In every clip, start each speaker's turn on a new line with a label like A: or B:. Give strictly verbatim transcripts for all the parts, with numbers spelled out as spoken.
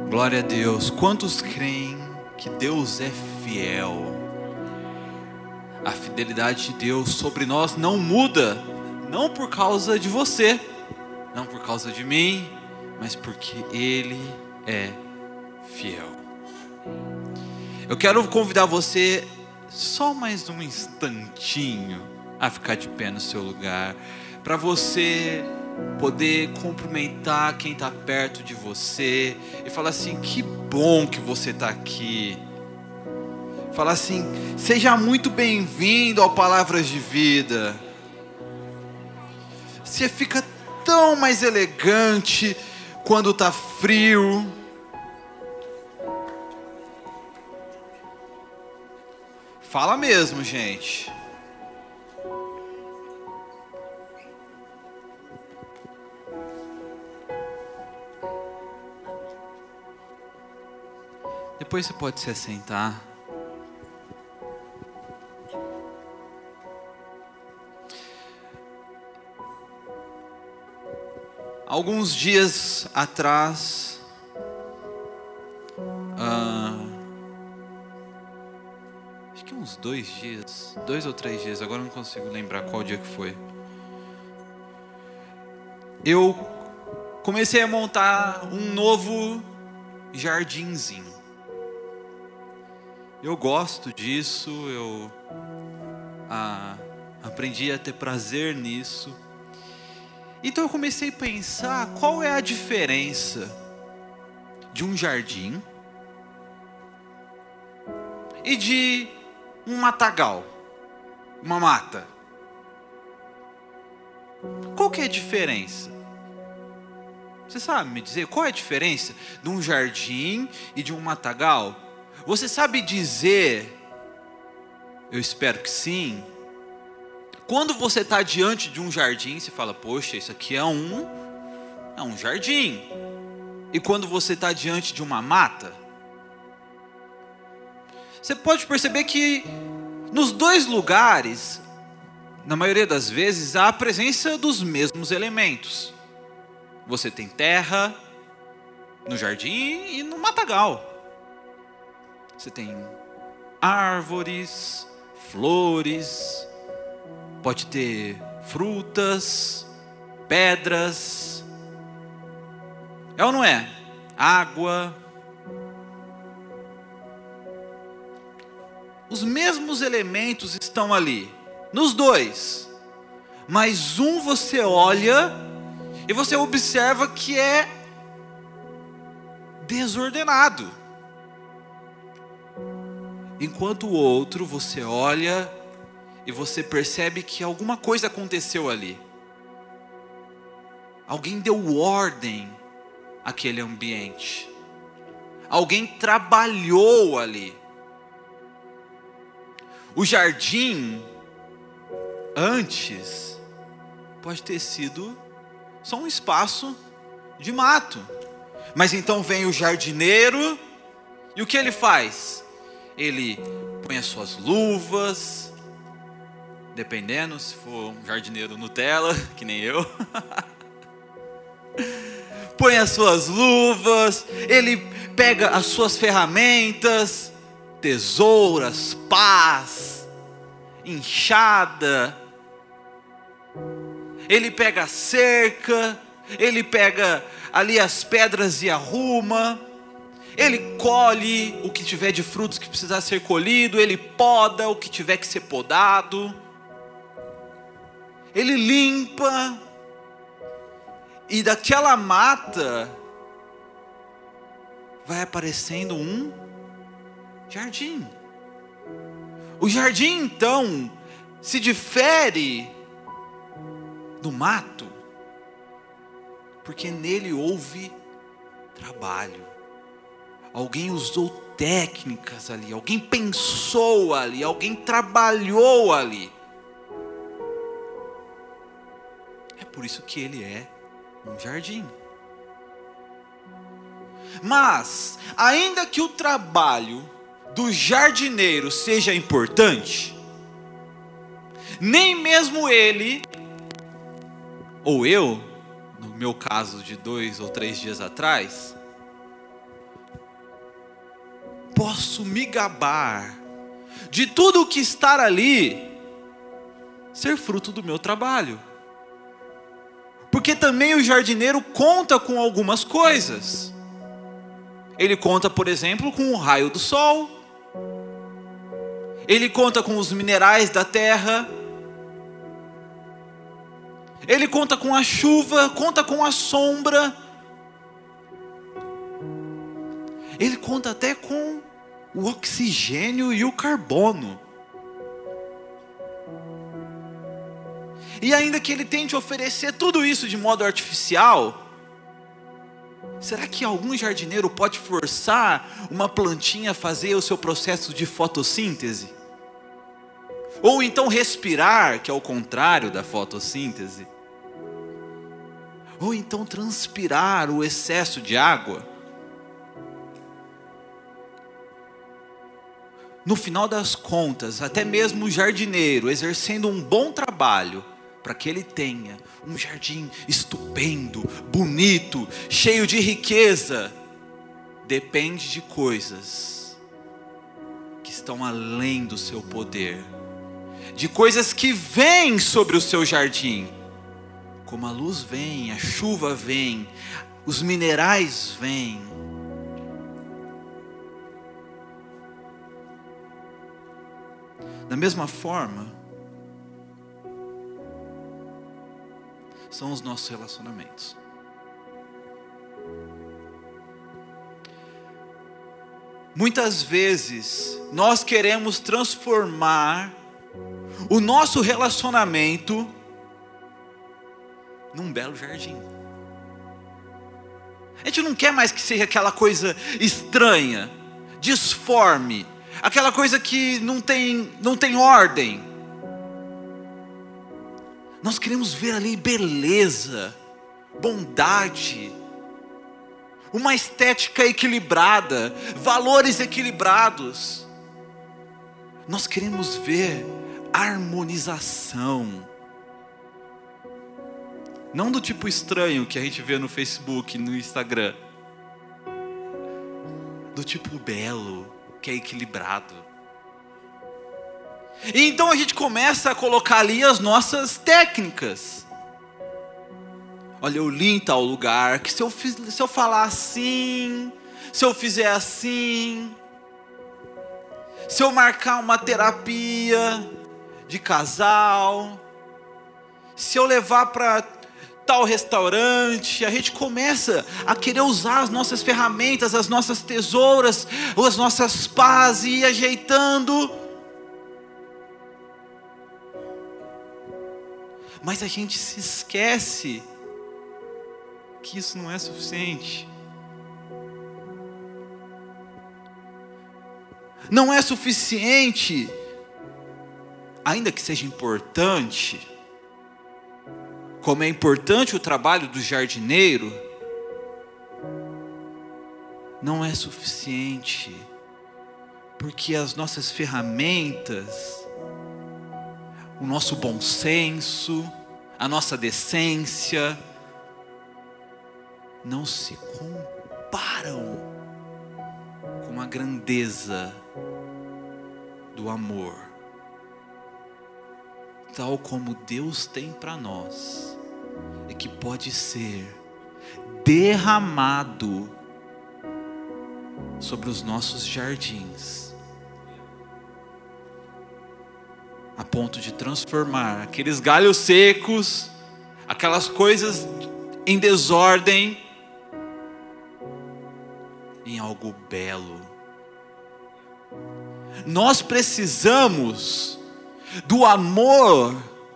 A: Glória a Deus. Quantos creem que Deus é fiel? A fidelidade de Deus sobre nós não muda, não por causa de você, não por causa de mim, mas porque Ele é fiel. Eu quero convidar você só mais um instantinho a ficar de pé no seu lugar, para você poder cumprimentar quem está perto de você e falar assim: que bom que você está aqui. Falar assim: seja muito bem-vindo ao Palavras de Vida. Você fica tão mais elegante quando está frio. Fala mesmo, gente. Depois você pode se assentar. Alguns dias atrás, ah, acho que uns dois dias, dois ou três dias, agora eu não consigo lembrar qual dia que foi. Eu comecei a montar um novo jardinzinho. Eu gosto disso, eu ah, aprendi a ter prazer nisso. Então eu comecei a pensar qual é a diferença de um jardim e de um matagal, uma mata. Qual que é a diferença? Você sabe me dizer qual é a diferença de um jardim e de um matagal? Você sabe dizer, eu espero que sim, quando você está diante de um jardim, você fala: poxa, isso aqui é um, é um jardim. E quando você está diante de uma mata, você pode perceber que nos dois lugares, na maioria das vezes, há a presença dos mesmos elementos. Você tem terra no jardim e no matagal. Você tem árvores, flores, pode ter frutas, pedras. É ou não é? Água. Os mesmos elementos estão ali, nos dois. Mas um você olha e você observa que é desordenado. Enquanto o outro você olha e você percebe que alguma coisa aconteceu ali. Alguém deu ordem àquele ambiente. Alguém trabalhou ali. O jardim, antes, pode ter sido só um espaço de mato. Mas então vem o jardineiro e o que ele faz? Ele põe as suas luvas, dependendo, se for um jardineiro Nutella, que nem eu. Põe as suas luvas, ele pega as suas ferramentas, tesouras, pás, enxada. Ele pega a cerca, ele pega ali as pedras e arruma. Ele colhe o que tiver de frutos que precisar ser colhido, ele poda o que tiver que ser podado. Ele limpa, e daquela mata vai aparecendo um jardim. O jardim então se difere do mato, porque nele houve trabalho. Alguém usou técnicas ali, alguém pensou ali, alguém trabalhou ali. É por isso que ele é um jardim. Mas, ainda que o trabalho do jardineiro seja importante, nem mesmo ele, ou eu, no meu caso de dois ou três dias atrás, posso me gabar de tudo o que está ali ser fruto do meu trabalho. Porque também o jardineiro conta com algumas coisas. Ele conta, por exemplo, com o raio do sol. Ele conta com os minerais da terra. Ele conta com a chuva, conta com a sombra. Ele conta até com o oxigênio e o carbono. E ainda que ele tente oferecer tudo isso de modo artificial, será que algum jardineiro pode forçar uma plantinha a fazer o seu processo de fotossíntese? Ou então respirar, que é o contrário da fotossíntese? Ou então transpirar o excesso de água? No final das contas, até mesmo o jardineiro, exercendo um bom trabalho, para que ele tenha um jardim estupendo, bonito, cheio de riqueza, depende de coisas que estão além do seu poder, de coisas que vêm sobre o seu jardim, como a luz vem, a chuva vem, os minerais vêm. Da mesma forma, são os nossos relacionamentos. Muitas vezes, nós queremos transformar o nosso relacionamento num belo jardim. A gente não quer mais que seja aquela coisa estranha, disforme, aquela coisa que não tem, não tem ordem. Nós queremos ver ali beleza, bondade, uma estética equilibrada, valores equilibrados. Nós queremos ver harmonização. Não do tipo estranho que a gente vê no Facebook, no Instagram. Do tipo belo, que é equilibrado. E então a gente começa a colocar ali as nossas técnicas. Olha, eu li em tal lugar, que se eu, fiz, se eu falar assim, se eu fizer assim, se eu marcar uma terapia de casal, se eu levar para tal restaurante, a gente começa a querer usar as nossas ferramentas, as nossas tesouras, ou as nossas pás e ir ajeitando. Mas a gente se esquece que isso não é suficiente. Não é suficiente, ainda que seja importante, como é importante o trabalho do jardineiro, não é suficiente, porque as nossas ferramentas, o nosso bom senso, a nossa decência, não se comparam com a grandeza do amor, tal como Deus tem para nós, e que pode ser derramado sobre os nossos jardins, a ponto de transformar aqueles galhos secos, aquelas coisas em desordem, em algo belo. Nós precisamos do amor,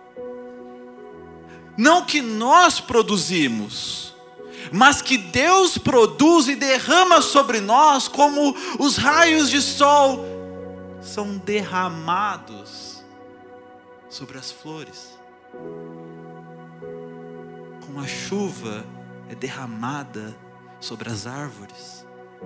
A: não que nós produzimos, mas que Deus produz e derrama sobre nós, como os raios de sol são derramados sobre as flores, como a chuva é derramada sobre as árvores.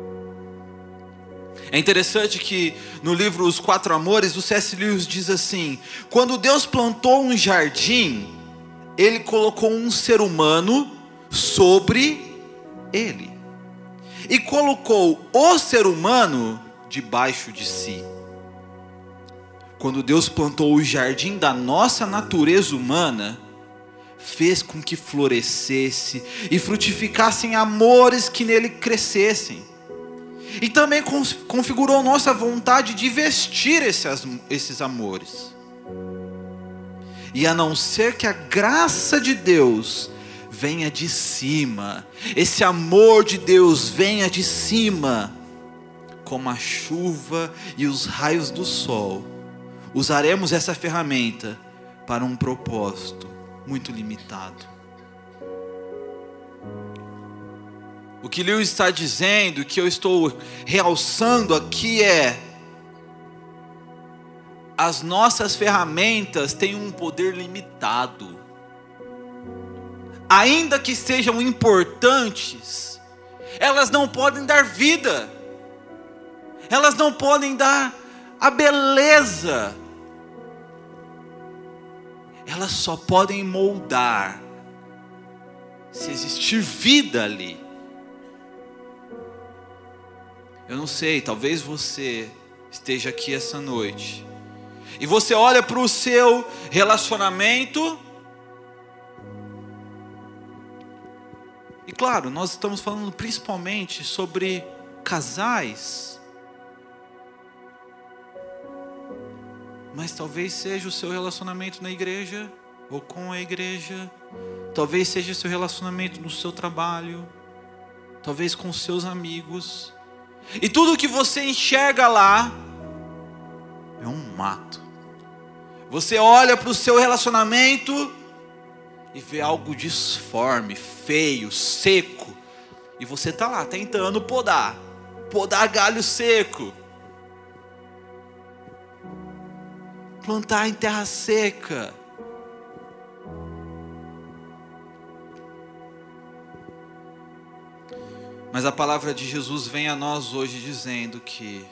A: É interessante que no livro Os Quatro Amores, o C S Lewis diz assim: quando Deus plantou um jardim, Ele colocou um ser humano sobre ele, e colocou o ser humano debaixo de si. Quando Deus plantou o jardim da nossa natureza humana, fez com que florescesse e frutificassem amores que nele crescessem. E também configurou nossa vontade de vestir esses, esses amores. E a não ser que a graça de Deus venha de cima, esse amor de Deus venha de cima, como a chuva e os raios do sol, usaremos essa ferramenta para um propósito muito limitado. O que Lewis está dizendo, que eu estou realçando aqui é: as nossas ferramentas têm um poder limitado. Ainda que sejam importantes, elas não podem dar vida, elas não podem dar a beleza, elas só podem moldar se existir vida ali. Eu não sei, talvez você esteja aqui essa noite e você olha para o seu relacionamento, e claro, nós estamos falando principalmente sobre casais, mas talvez seja o seu relacionamento na igreja ou com a igreja, talvez seja o seu relacionamento no seu trabalho, talvez com seus amigos, e tudo que você enxerga lá é um mato. Você olha para o seu relacionamento e vê algo disforme, feio, seco, e você está lá tentando podar, podar galho seco, plantar em terra seca. Mas a palavra de Jesus vem a nós hoje dizendo que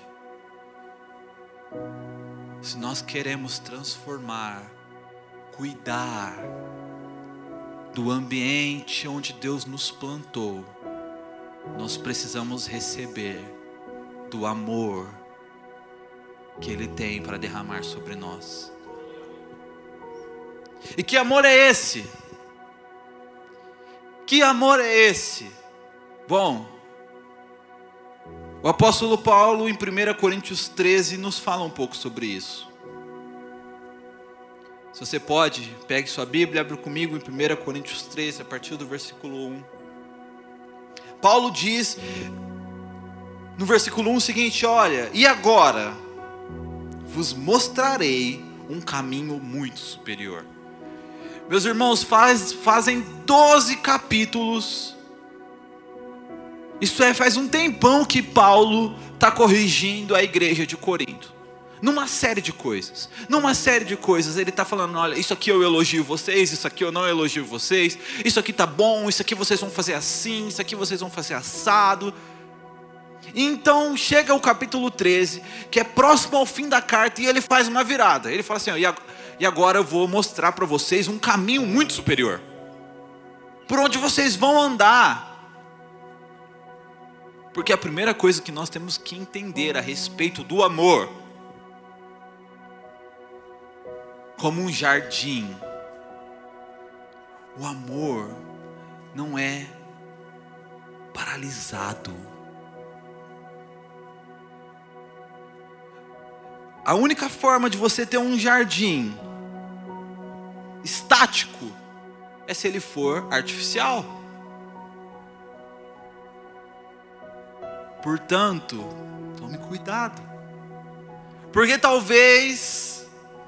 A: se nós queremos transformar, cuidar do ambiente onde Deus nos plantou, nós precisamos receber do amor que Ele tem para derramar sobre nós. E que amor é esse? Que amor é esse? Bom, o apóstolo Paulo em primeira Coríntios treze nos fala um pouco sobre isso. Se você pode, pegue sua Bíblia, abre comigo em primeira Coríntios treze, a partir do versículo um. Paulo diz no versículo um o seguinte: olha, e agora vos mostrarei um caminho muito superior. Meus irmãos, faz, fazem doze capítulos. Isso é, faz um tempão que Paulo está corrigindo a igreja de Corinto. Numa série de coisas. Numa série de coisas. Ele está falando: olha, isso aqui eu elogio vocês, isso aqui eu não elogio vocês. Isso aqui está bom, isso aqui vocês vão fazer assim, isso aqui vocês vão fazer assado. Então chega o capítulo treze, que é próximo ao fim da carta, e ele faz uma virada. Ele fala assim: ó, e agora eu vou mostrar para vocês um caminho muito superior, por onde vocês vão andar. Porque a primeira coisa que nós temos que entender a respeito do amor, como um jardim, o amor não é paralisado. A única forma de você ter um jardim estático é se ele for artificial. Portanto, tome cuidado, porque talvez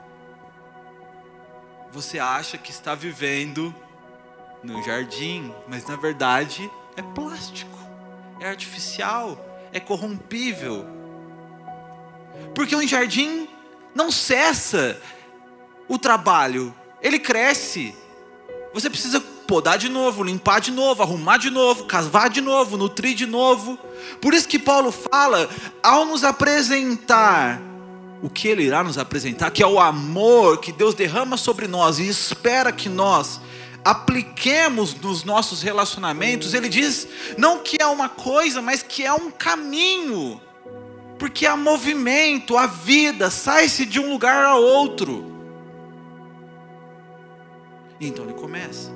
A: você acha que está vivendo no jardim, mas na verdade é plástico, é artificial, é corrompível. Porque um jardim não cessa o trabalho, ele cresce. Você precisa podar de novo, limpar de novo, arrumar de novo, cavar de novo, nutrir de novo. Por isso que Paulo fala, ao nos apresentar o que Ele irá nos apresentar, que é o amor que Deus derrama sobre nós e espera que nós apliquemos nos nossos relacionamentos. Ele diz não que é uma coisa, mas que é um caminho. Porque há movimento, a vida, sai-se de um lugar a outro. E então ele começa.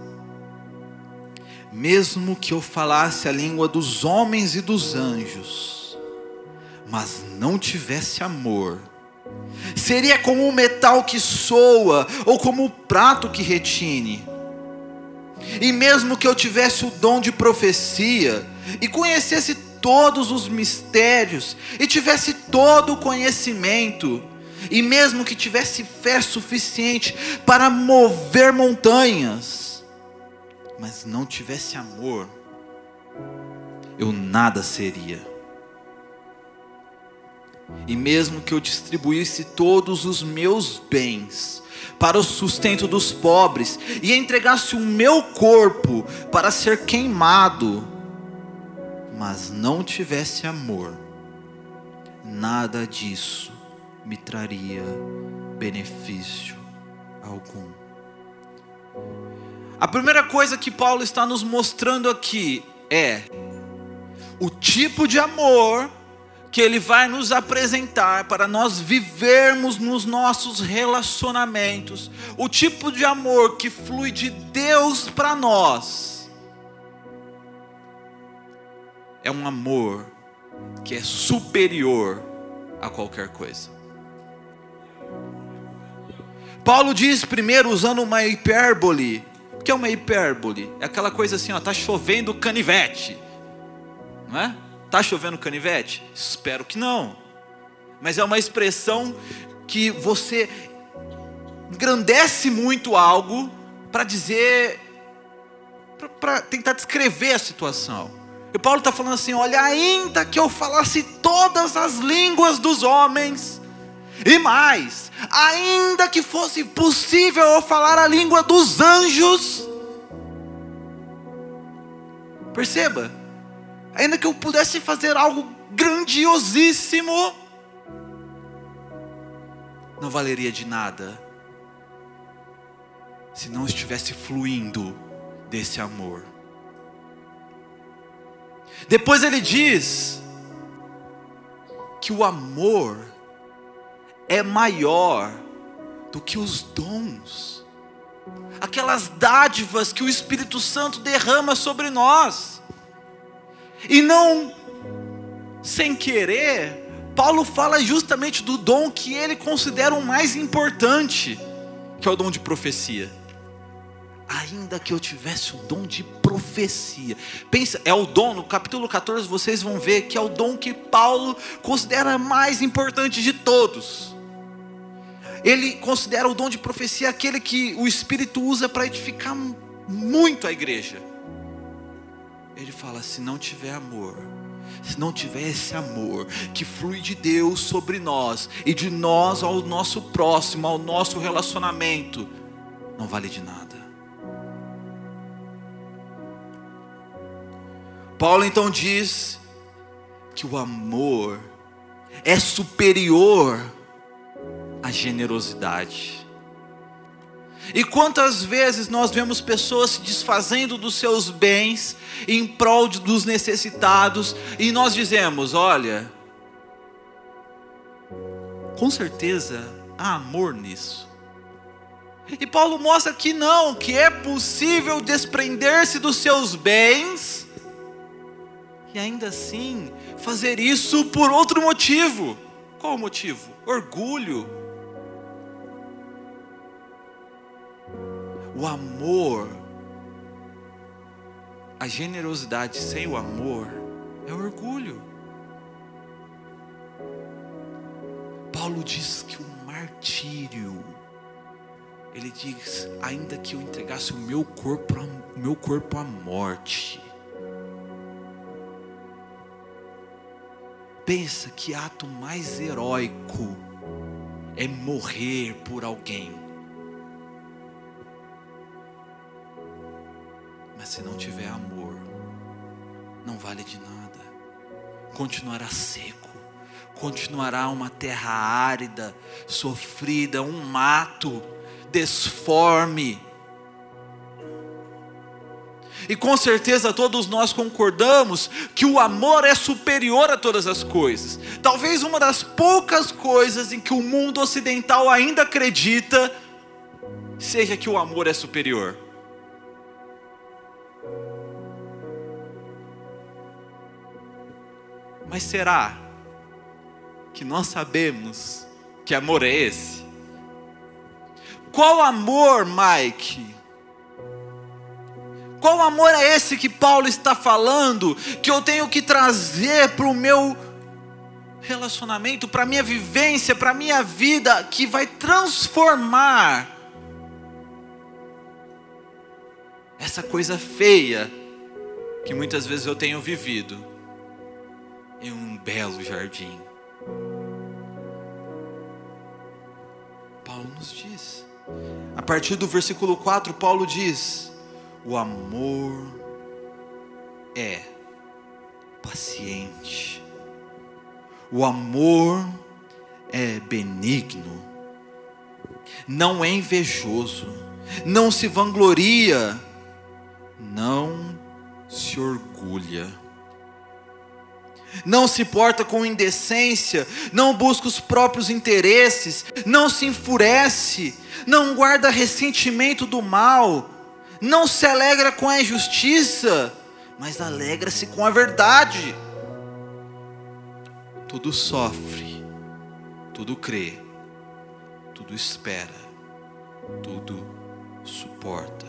A: Mesmo que eu falasse a língua dos homens e dos anjos, mas não tivesse amor, seria como o metal que soa, ou como o prato que retine. E mesmo que eu tivesse o dom de profecia, e conhecesse todos os mistérios, e tivesse todo o conhecimento, e mesmo que tivesse fé suficiente para mover montanhas, mas não tivesse amor, eu nada seria. E mesmo que eu distribuísse todos os meus bens para o sustento dos pobres, e entregasse o meu corpo para ser queimado, mas não tivesse amor, nada disso me traria benefício algum. A primeira coisa que Paulo está nos mostrando aqui é o tipo de amor que ele vai nos apresentar para nós vivermos nos nossos relacionamentos. O tipo de amor que flui de Deus para nós é um amor que é superior a qualquer coisa. Paulo diz primeiro, usando uma hipérbole. O que é uma hipérbole? É aquela coisa assim, ó, tá chovendo canivete, não é? Tá chovendo canivete? Espero que não. Mas é uma expressão que você engrandece muito algo para dizer, para tentar descrever a situação. E Paulo está falando assim, olha, ainda que eu falasse todas as línguas dos homens, e mais, ainda que fosse possível eu falar a língua dos anjos, perceba, ainda que eu pudesse fazer algo grandiosíssimo, não valeria de nada, se não estivesse fluindo desse amor. Depois ele diz que o amor é maior do que os dons, aquelas dádivas que o Espírito Santo derrama sobre nós. E não sem querer, Paulo fala justamente do dom que ele considera o mais importante, que é o dom de profecia. Ainda que eu tivesse o dom de profecia, pensa, é o dom, no capítulo catorze vocês vão ver que é o dom que Paulo considera mais importante de todos. Ele considera o dom de profecia aquele que o Espírito usa para edificar muito a igreja. Ele fala, se não tiver amor, se não tiver esse amor que flui de Deus sobre nós, e de nós ao nosso próximo, ao nosso relacionamento, não vale de nada. Paulo então diz que o amor é superior à generosidade. E quantas vezes nós vemos pessoas se desfazendo dos seus bens em prol dos necessitados, e nós dizemos, olha, com certeza há amor nisso. E Paulo mostra que não, que é possível desprender-se dos seus bens e ainda assim fazer isso por outro motivo. Qual o motivo? Orgulho. O amor, a generosidade sem o amor é orgulho. Paulo diz que o martírio, ele diz, ainda que eu entregasse o meu corpo, o meu corpo à morte. Pensa que ato mais heróico é morrer por alguém. Mas se não tiver amor, não vale de nada. Continuará seco, continuará uma terra árida, sofrida, um mato, desforme. E com certeza todos nós concordamos que o amor é superior a todas as coisas. Talvez uma das poucas coisas em que o mundo ocidental ainda acredita seja que o amor é superior. Mas será que nós sabemos que amor é esse? Qual amor, Mike? Qual amor é esse que Paulo está falando, que eu tenho que trazer para o meu relacionamento, para a minha vivência, para a minha vida, que vai transformar essa coisa feia que muitas vezes eu tenho vivido em um belo jardim? Paulo nos diz, a partir do versículo quatro, Paulo diz: o amor é paciente, o amor é benigno, não é invejoso, não se vangloria, não se orgulha, não se porta com indecência, não busca os próprios interesses, não se enfurece, não guarda ressentimento do mal, não se alegra com a injustiça, mas alegra-se com a verdade. Tudo sofre, tudo crê, tudo espera, tudo suporta.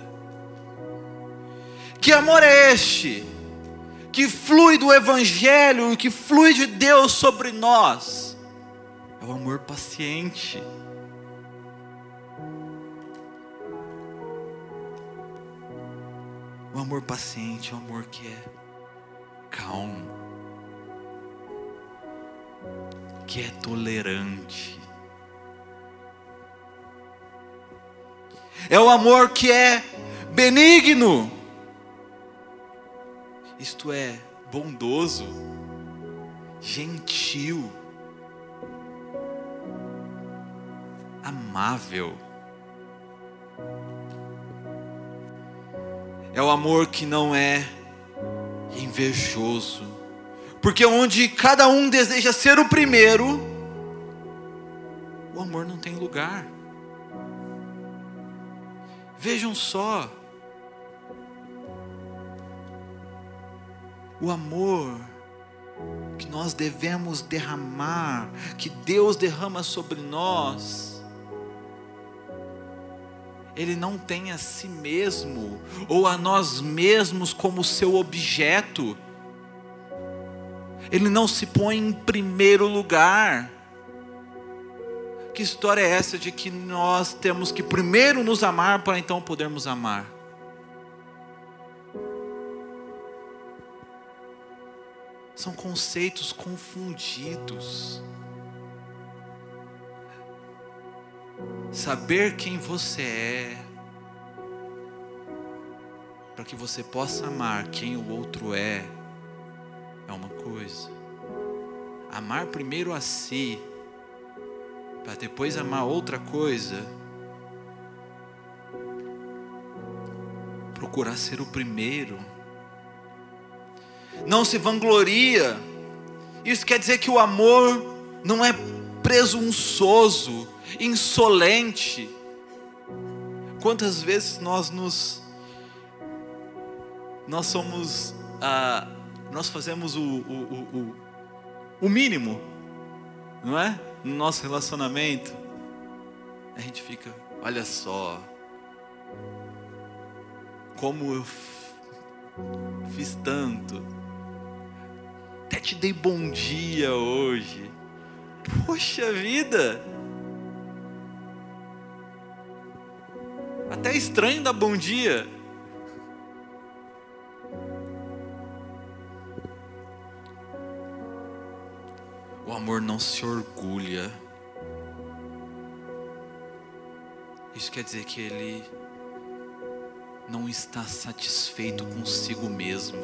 A: Que amor é este que flui do Evangelho, que flui de Deus sobre nós? É o amor paciente. O amor paciente é o amor que é calmo, que é tolerante. É o amor que é benigno, isto é, bondoso, gentil, amável. É o amor que não é invejoso, porque onde cada um deseja ser o primeiro, o amor não tem lugar. Vejam só, o amor que nós devemos derramar, que Deus derrama sobre nós, Ele não tem a si mesmo, ou a nós mesmos como seu objeto. Ele não se põe em primeiro lugar. Que história é essa de que nós temos que primeiro nos amar para então podermos amar? São conceitos confundidos. Saber quem você é, para que você possa amar quem o outro é, é uma coisa. Amar primeiro a si, para depois amar outra coisa, procurar ser o primeiro. Não se vangloria. Isso quer dizer que o amor não é presunçoso, insolente. Quantas vezes nós nos nós somos ah, nós fazemos o, o, o, o mínimo, não é? No nosso relacionamento a gente fica, olha só como eu fiz tanto, até te dei bom dia hoje, poxa vida, até estranho dar bom dia. O amor não se orgulha. Isso quer dizer que ele não está satisfeito consigo mesmo.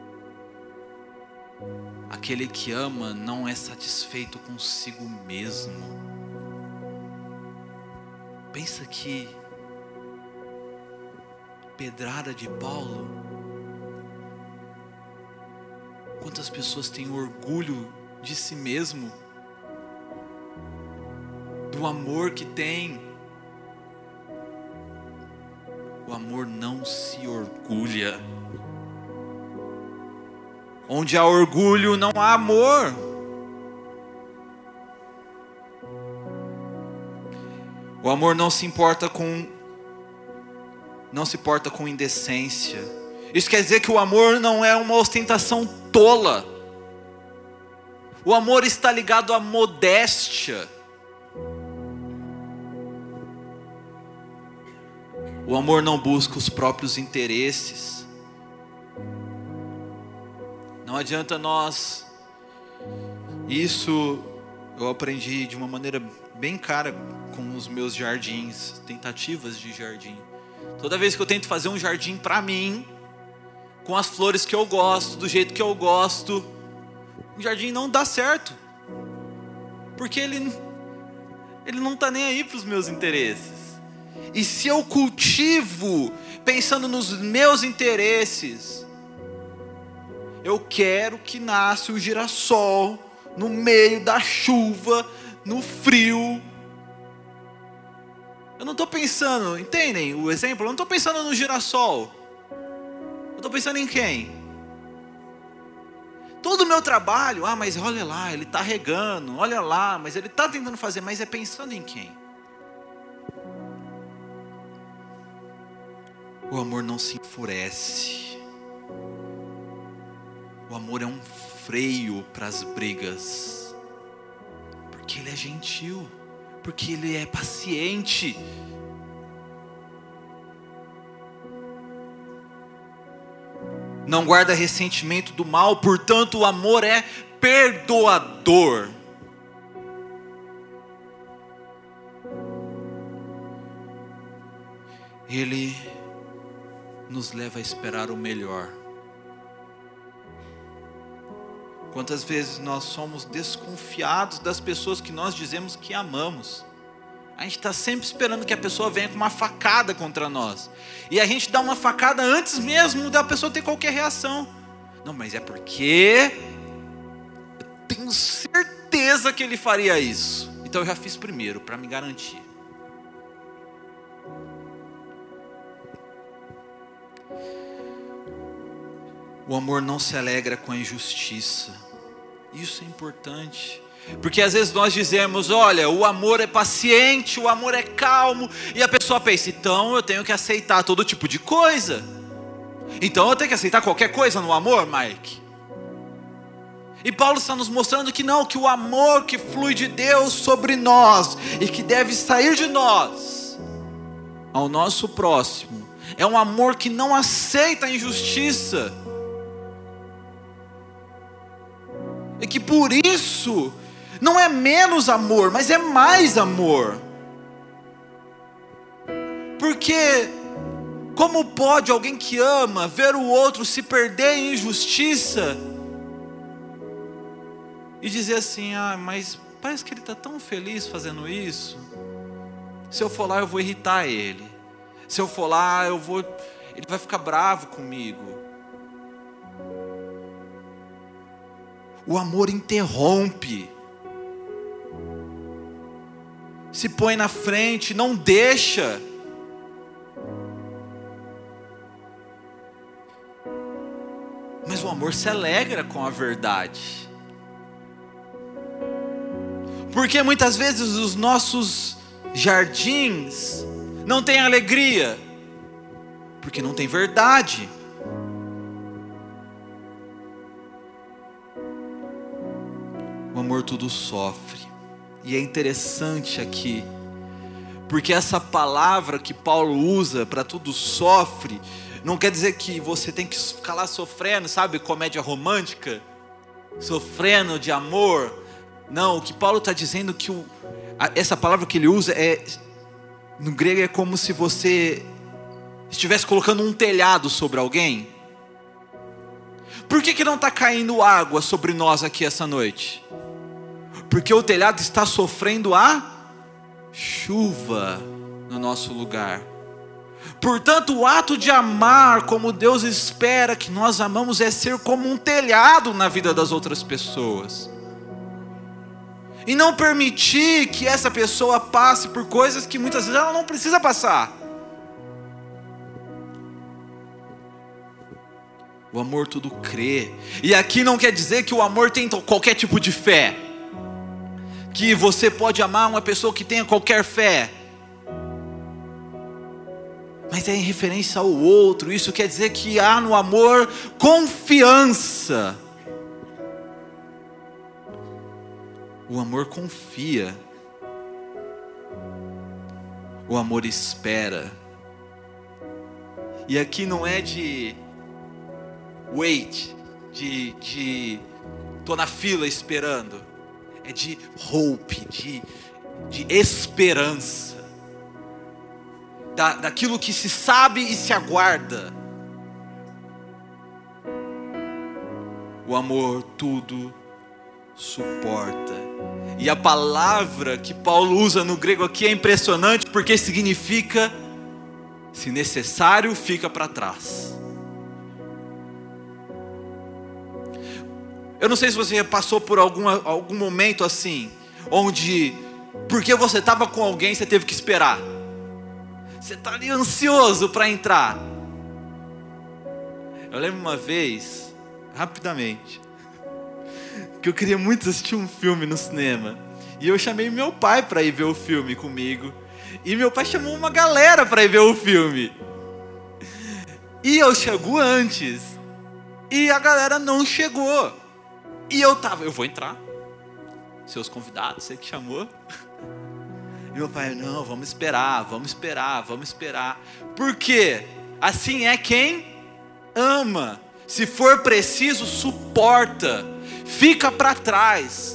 A: Aquele que ama não é satisfeito consigo mesmo. Pensa que pedrada de Paulo Quantas pessoas têm orgulho de si mesmo, do amor que tem. O amor não se orgulha. Onde há orgulho, não há amor. O amor não se importa com, não se importa com indecência. Isso quer dizer que o amor não é uma ostentação tola. O amor está ligado à modéstia. O amor não busca os próprios interesses. Não adianta nós... Isso eu aprendi de uma maneira bem cara com os meus jardins, tentativas de jardim. Toda vez que eu tento fazer um jardim para mim, com as flores que eu gosto, do jeito que eu gosto, o jardim não dá certo. Porque ele, ele não está nem aí para os meus interesses. E se eu cultivo pensando nos meus interesses, eu quero que nasça o girassol no meio da chuva, no frio. Eu não estou pensando, entendem o exemplo? Eu não estou pensando no girassol. Eu estou pensando em quem? Todo o meu trabalho, ah, mas olha lá, ele está regando, olha lá, mas ele está tentando fazer, mas é pensando em quem? O amor não se enfurece. O amor é um freio para as brigas. Porque ele é gentil. Porque ele é paciente. Não guarda ressentimento do mal, portanto o amor é perdoador. Ele nos leva a esperar o melhor. Quantas vezes nós somos desconfiados das pessoas que nós dizemos que amamos? A gente está sempre esperando que a pessoa venha com uma facada contra nós. E a gente dá uma facada antes mesmo da pessoa ter qualquer reação. Não, mas é porque eu tenho certeza que ele faria isso. Então eu já fiz primeiro, para me garantir. O amor não se alegra com a injustiça. Isso é importante. Porque às vezes nós dizemos, olha, o amor é paciente, o amor é calmo. E a pessoa pensa, então eu tenho que aceitar todo tipo de coisa. Então eu tenho que aceitar qualquer coisa no amor, Mike? E Paulo está nos mostrando que não, que o amor que flui de Deus sobre nós e que deve sair de nós ao nosso próximo, é um amor que não aceita a injustiça. E que por isso não é menos amor, mas é mais amor. Porque como pode alguém que ama ver o outro se perder em injustiça e dizer assim, ah, mas parece que ele está tão feliz fazendo isso. Se eu for lá eu vou irritar ele. Se eu for lá eu vou, ele vai ficar bravo comigo. O amor interrompe, se põe na frente, não deixa. Mas o amor se alegra com a verdade. Porque muitas vezes os nossos jardins não têm alegria, porque não tem verdade. O amor tudo sofre. E é interessante aqui, porque essa palavra que Paulo usa para tudo sofre, não quer dizer que você tem que ficar lá sofrendo, sabe, comédia romântica, sofrendo de amor. Não, o que Paulo está dizendo que o, a, essa palavra que ele usa é, no grego é como se você estivesse colocando um telhado sobre alguém. Por que que não está caindo água sobre nós aqui essa noite? Porque o telhado está sofrendo a chuva no nosso lugar. Portanto, o ato de amar como Deus espera que nós amamos é ser como um telhado na vida das outras pessoas. E não permitir que essa pessoa passe por coisas que muitas vezes ela não precisa passar. O amor tudo crê. E aqui não quer dizer que o amor tem qualquer tipo de fé. Que você pode amar uma pessoa que tenha qualquer fé. Mas é em referência ao outro. Isso quer dizer que há no amor confiança. O amor confia. O amor espera. E aqui não é de wait, de, de tô na fila esperando. É de hope, de, de esperança. Da, daquilo que se sabe e se aguarda. O amor tudo suporta. E a palavra que Paulo usa no grego aqui é impressionante, porque significa, se necessário, fica para trás. Eu não sei se você passou por alguma, algum momento assim, onde, porque você estava com alguém, você teve que esperar. Você está ali ansioso para entrar. Eu lembro uma vez, rapidamente, que eu queria muito assistir um filme no cinema. E eu chamei meu pai para ir ver o filme comigo. E meu pai chamou uma galera para ir ver o filme. E eu chego antes. E a galera não chegou. E eu tava, eu vou entrar. Seus convidados, você que chamou. E meu pai, não, vamos esperar, vamos esperar, vamos esperar. Por quê? Assim é quem ama. Se for preciso, suporta. Fica para trás.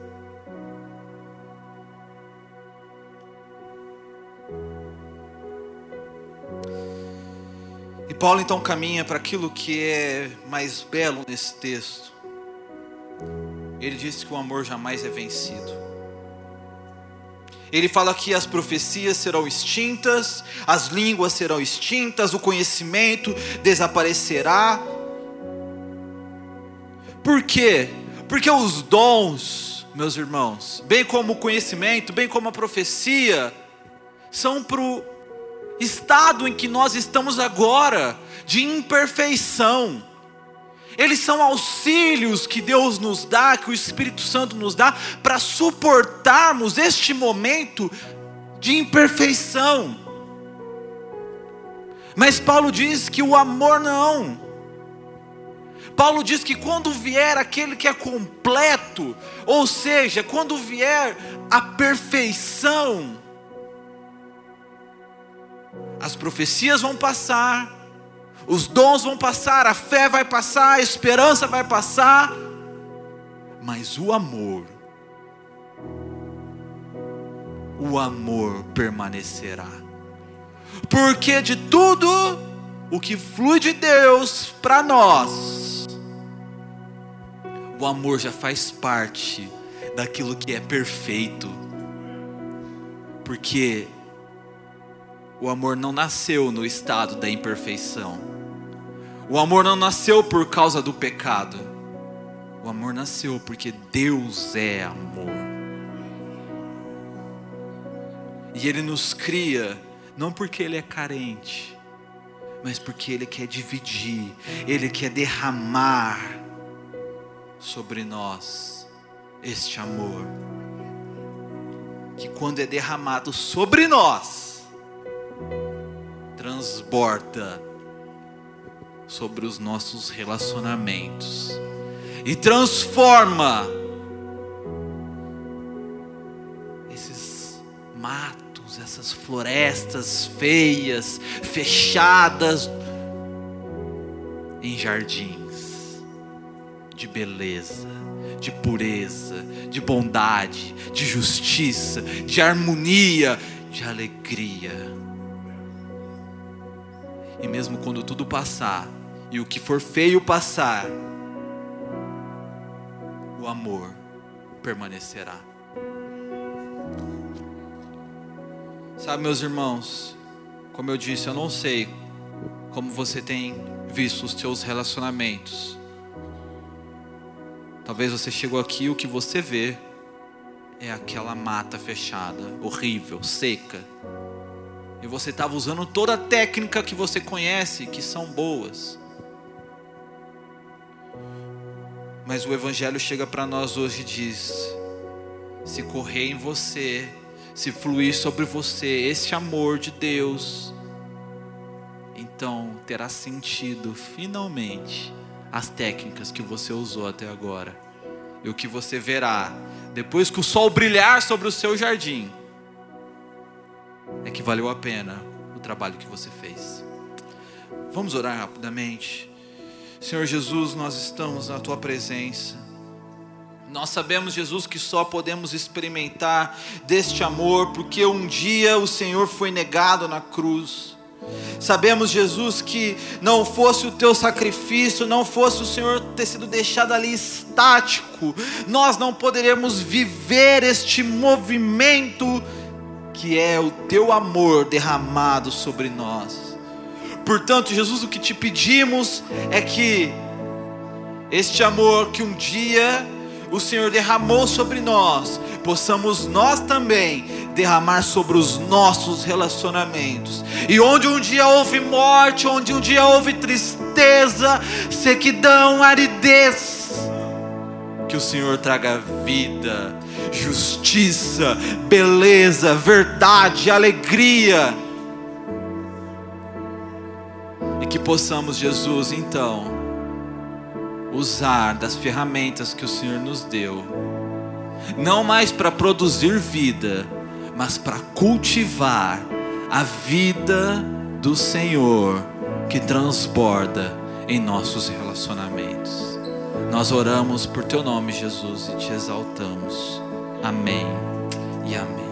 A: E Paulo então caminha para aquilo que é mais belo nesse texto. Ele diz que o amor jamais é vencido. Ele fala que as profecias serão extintas, as línguas serão extintas, o conhecimento desaparecerá. Por quê? Porque os dons, meus irmãos, bem como o conhecimento, bem como a profecia, são para o estado em que nós estamos agora, de imperfeição. Eles são auxílios que Deus nos dá, que o Espírito Santo nos dá, para suportarmos este momento de imperfeição. Mas Paulo diz que o amor não. Paulo diz que quando vier aquele que é completo, ou seja, quando vier a perfeição, as profecias vão passar, os dons vão passar, a fé vai passar, a esperança vai passar, mas o amor, o amor permanecerá. Porque de tudo o que flui de Deus para nós, o amor já faz parte daquilo que é perfeito. Porque o amor não nasceu no estado da imperfeição. O amor não nasceu por causa do pecado. O amor nasceu porque Deus é amor. E Ele nos cria, não porque Ele é carente, mas porque Ele quer dividir, Ele quer derramar sobre nós este amor, que quando é derramado sobre nós, transborda sobre os nossos relacionamentos e transforma esses matos, essas florestas feias, fechadas, em jardins de beleza, de pureza, de bondade, de justiça, de harmonia, de alegria. E mesmo quando tudo passar, e o que for feio passar, o amor permanecerá. Sabe, meus irmãos, Como eu disse, eu não sei como você tem visto os seus relacionamentos. Talvez você chegou aqui e o que você vê é aquela mata fechada, horrível, seca. E você estava usando toda a técnica que você conhece, que são boas. Mas o Evangelho chega para nós hoje e diz: se correr em você, se fluir sobre você esse amor de Deus, então terá sentido finalmente as técnicas que você usou até agora. E o que você verá depois que o sol brilhar sobre o seu jardim é que valeu a pena o trabalho que você fez. Vamos orar rapidamente. Senhor Jesus, nós estamos na Tua presença. Nós sabemos, Jesus, que só podemos experimentar deste amor porque um dia o Senhor foi negado na cruz. Sabemos, Jesus, que não fosse o Teu sacrifício, não fosse o Senhor ter sido deixado ali estático, nós não poderíamos viver este movimento que é o Teu amor derramado sobre nós. Portanto, Jesus, o que te pedimos é que este amor que um dia o Senhor derramou sobre nós, possamos nós também derramar sobre os nossos relacionamentos. E onde um dia houve morte, onde um dia houve tristeza, sequidão, aridez, que o Senhor traga vida, justiça, beleza, verdade, alegria. E que possamos, Jesus, então usar das ferramentas que o Senhor nos deu, não mais para produzir vida, mas para cultivar a vida do Senhor que transborda em nossos relacionamentos. Nós oramos por Teu nome, Jesus, e Te exaltamos. Amém e amém.